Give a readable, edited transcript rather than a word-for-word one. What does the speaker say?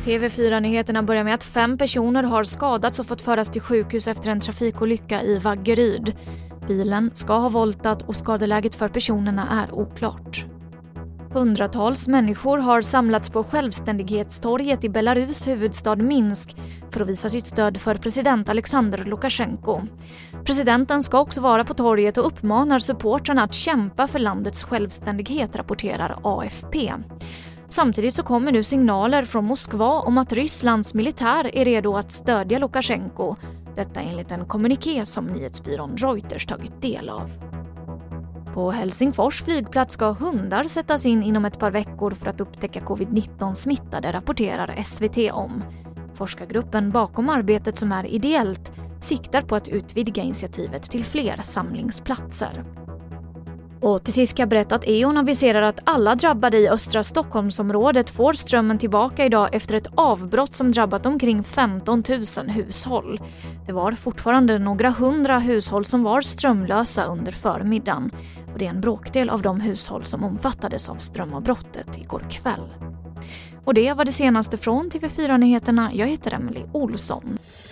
TV4-nyheterna börjar med att 5 personer har skadats och fått föras till sjukhus efter en trafikolycka i Vaggeryd. Bilen ska ha voltat och skadeläget för personerna är oklart. Hundratals människor har samlats på Självständighetstorget i Belarus huvudstad Minsk för att visa sitt stöd för president Alexander Lukasjenko. Presidenten ska också vara på torget och uppmanar supportrarna att kämpa för landets självständighet, rapporterar AFP. Samtidigt så kommer nu signaler från Moskva om att Rysslands militär är redo att stödja Lukasjenko. Detta enligt en kommuniké som nyhetsbyrån Reuters tagit del av. På Helsingfors flygplats ska hundar sättas in inom ett par veckor för att upptäcka covid-19-smittade, rapporterar SVT om. Forskargruppen bakom arbetet, som är ideellt, siktar på att utvidga initiativet till fler samlingsplatser. Och till sist kan jag berätta att E.ON aviserar att alla drabbade i östra Stockholmsområdet får strömmen tillbaka idag efter ett avbrott som drabbat omkring 15 000 hushåll. Det var fortfarande några 100 hushåll som var strömlösa under förmiddagen. Och det är en bråkdel av de hushåll som omfattades av strömavbrottet igår kväll. Och det var det senaste från TV4-nyheterna. Jag heter Emily Olsson.